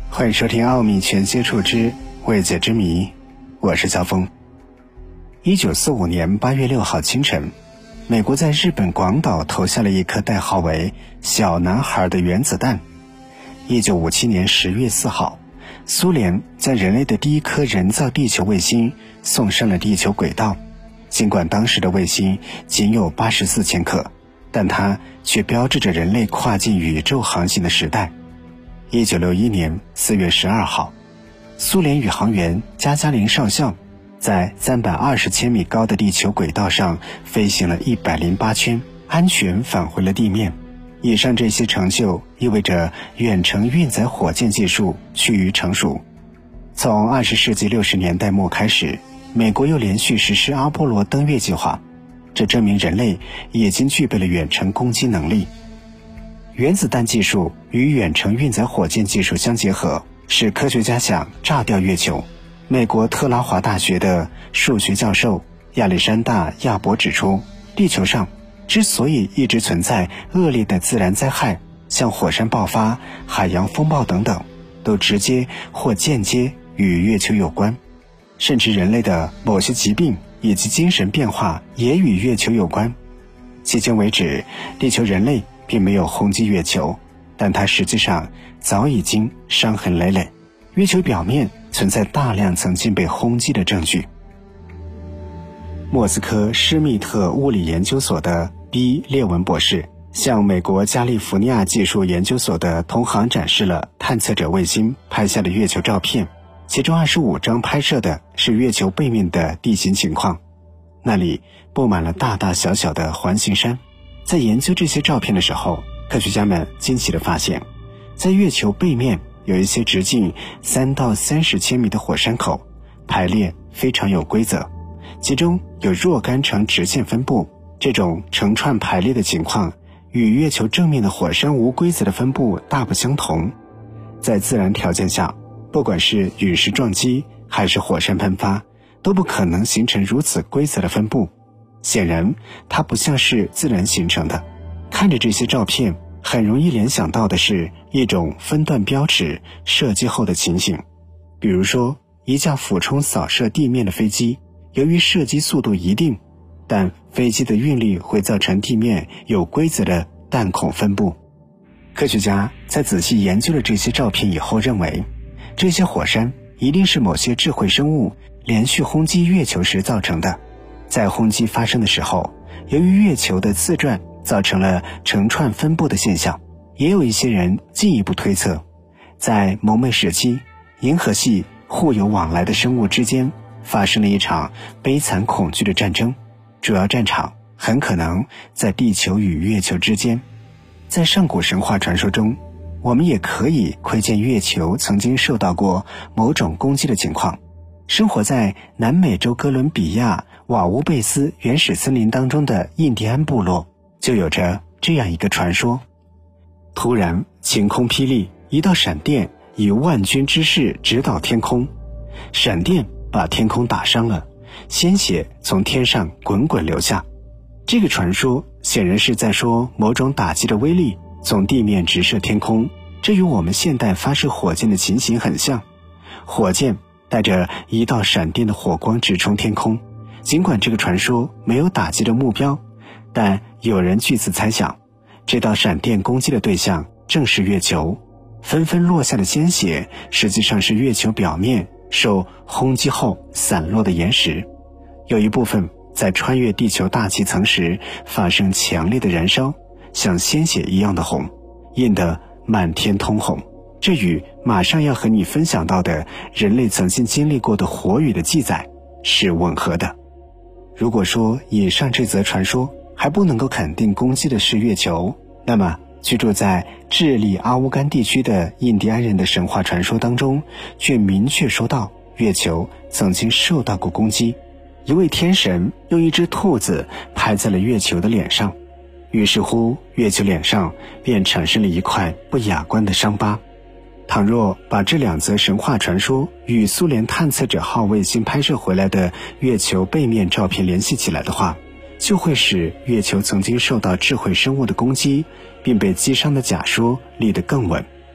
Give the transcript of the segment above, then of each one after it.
欢迎收听《奥秘全接触之未解之谜》，我是肖峰。1945年8月6号清晨，美国在日本广岛投下了一颗代号为小男孩的原子弹。1957年10月4号，苏联将人类的第一颗人造地球卫星送上了地球轨道。尽管当时的卫星仅有84千克，但它却标志着人类跨进宇宙航行的时代。1961年4月12号，苏联宇航员加加林少校在320千米高的地球轨道上飞行了108圈，安全返回了地面。以上这些成就意味着远程运载火箭技术趋于成熟。从20世纪60年代末开始，美国又连续实施阿波罗登月计划，这证明人类已经具备了远程攻击能力。原子弹技术与远程运载火箭技术相结合，使科学家想炸掉月球。美国特拉华大学的数学教授亚历山大·亚伯指出，地球上之所以一直存在恶劣的自然灾害，像火山爆发、海洋风暴等等，都直接或间接与月球有关。甚至人类的某些疾病以及精神变化也与月球有关。迄今为止，地球人类并没有轰击月球，但它实际上早已经伤痕累累。月球表面存在大量曾经被轰击的证据。莫斯科施密特物理研究所的 B. 列文博士向美国加利福尼亚技术研究所的同行展示了探测者卫星拍下的月球照片，其中25张拍摄的是月球背面的地形情况，那里布满了大大小小的环形山。在研究这些照片的时候，科学家们惊奇地发现，在月球背面有一些直径3到30千米的火山口，排列非常有规则，其中有若干呈直线分布。这种成串排列的情况与月球正面的火山无规则的分布大不相同。在自然条件下，不管是陨石撞击还是火山喷发，都不可能形成如此规则的分布。显然它不像是自然形成的。看着这些照片，很容易联想到的是一种分段标尺射击后的情形。比如说，一架俯冲扫射地面的飞机，由于射击速度一定，但飞机的运力会造成地面有规则的弹孔分布。科学家在仔细研究了这些照片以后认为，这些火山一定是某些智慧生物连续轰击月球时造成的。在轰击发生的时候，由于月球的自转造成了成串分布的现象。也有一些人进一步推测，在蒙昧时期，银河系互有往来的生物之间发生了一场悲惨恐惧的战争，主要战场很可能在地球与月球之间。在上古神话传说中，我们也可以窥见月球曾经受到过某种攻击的情况。生活在南美洲哥伦比亚瓦乌贝斯原始森林当中的印第安部落就有着这样一个传说：突然晴空霹雳，一道闪电以万钧之势直捣天空，闪电把天空打伤了，鲜血从天上滚滚流下。这个传说显然是在说某种打击的威力从地面直射天空，这与我们现代发射火箭的情形很像。火箭带着一道闪电的火光直冲天空，尽管这个传说没有打击的目标，但有人据此猜想，这道闪电攻击的对象正是月球。纷纷落下的鲜血实际上是月球表面受轰击后散落的岩石，有一部分在穿越地球大气层时发生强烈的燃烧，像鲜血一样的红，映得满天通红。这与马上要和你分享到的人类曾经经历过的火雨的记载是吻合的。如果说以上这则传说还不能够肯定攻击的是月球，那么居住在智利阿乌干地区的印第安人的神话传说当中，却明确说到月球曾经受到过攻击。一位天神用一只兔子拍在了月球的脸上，于是乎月球脸上便产生了一块不雅观的伤疤。倘若把这两则神话传说与苏联探测者号卫星拍摄回来的月球背面照片联系起来的话，就会使月球曾经受到智慧生物的攻击并被击伤的假说立得更稳。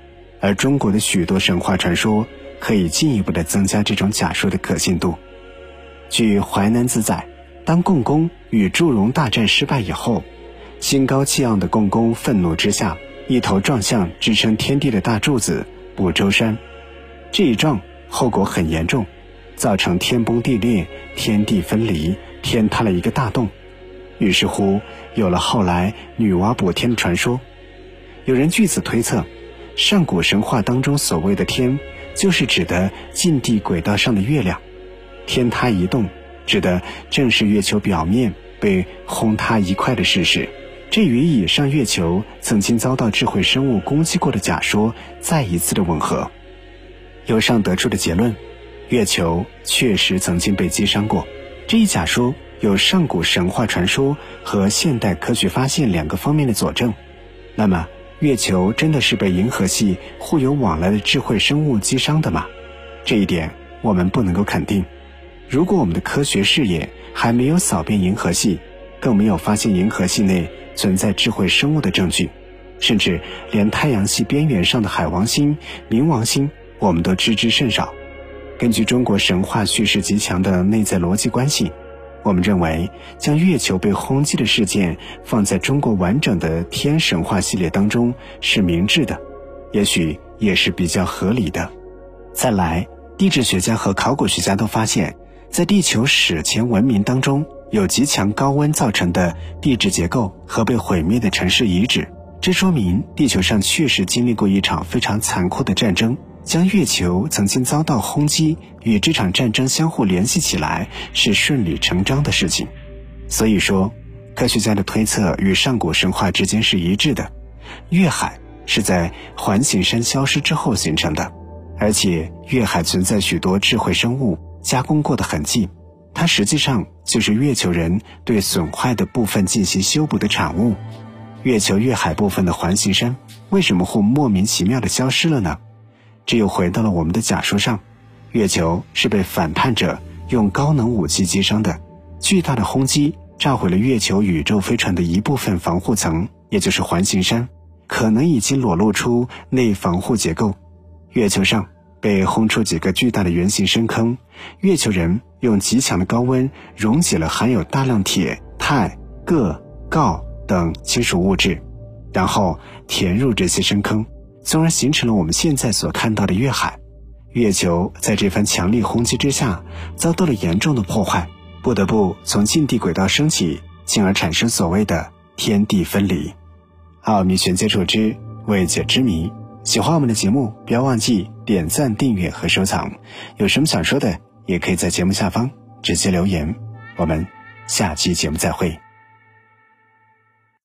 而中国的许多神话传说可以进一步地增加这种假说的可信度。据《淮南子》载，当共工与祝融大战失败以后，心高气傲的共工愤怒之下，一头撞向支撑天地的大柱子不周山。这一撞后果很严重，造成天崩地裂，天地分离，天塌了一个大洞。于是乎有了后来女娲补天的传说。有人据此推测，上古神话当中所谓的天，就是指的近地轨道上的月亮。天塌一动，指的正是月球表面被轰塌一块的事实。这与以上月球曾经遭到智慧生物攻击过的假说再一次的吻合。由上得出的结论，月球确实曾经被击伤过。这一假说有上古神话传说和现代科学发现两个方面的佐证。那么月球真的是被银河系互有往来的智慧生物击伤的吗？这一点我们不能够肯定。如果我们的科学视野还没有扫遍银河系，更没有发现银河系内存在智慧生物的证据，甚至连太阳系边缘上的海王星、冥王星我们都知之甚少。根据中国神话叙事极强的内在逻辑关系，我们认为将月球被轰击的事件放在中国完整的天神话系列当中是明智的，也许也是比较合理的。再来，地质学家和考古学家都发现，在地球史前文明当中有极强高温造成的地质结构和被毁灭的城市遗址，这说明地球上确实经历过一场非常残酷的战争，将月球曾经遭到轰击与这场战争相互联系起来是顺理成章的事情。所以说，科学家的推测与上古神话之间是一致的，月海是在环形山消失之后形成的，而且月海存在许多智慧生物加工过的痕迹，它实际上就是月球人对损坏的部分进行修补的产物。月球月海部分的环形山为什么会莫名其妙地消失了呢？这又回到了我们的假说上，月球是被反叛者用高能武器击伤的，巨大的轰击炸毁了月球宇宙飞船的一部分防护层，也就是环形山，可能已经裸露出内防护结构。月球上被轰出几个巨大的圆形深坑，月球人用极强的高温溶解了含有大量铁、钛、铬、锆等金属物质，然后填入这些深坑，从而形成了我们现在所看到的月海。月球在这番强力轰击之下遭到了严重的破坏，不得不从近地轨道升起，进而产生所谓的天地分离。奥秘全接触之未解之谜，喜欢我们的节目不要忘记点赞、订阅和收藏，有什么想说的也可以在节目下方直接留言。我们下期节目再会。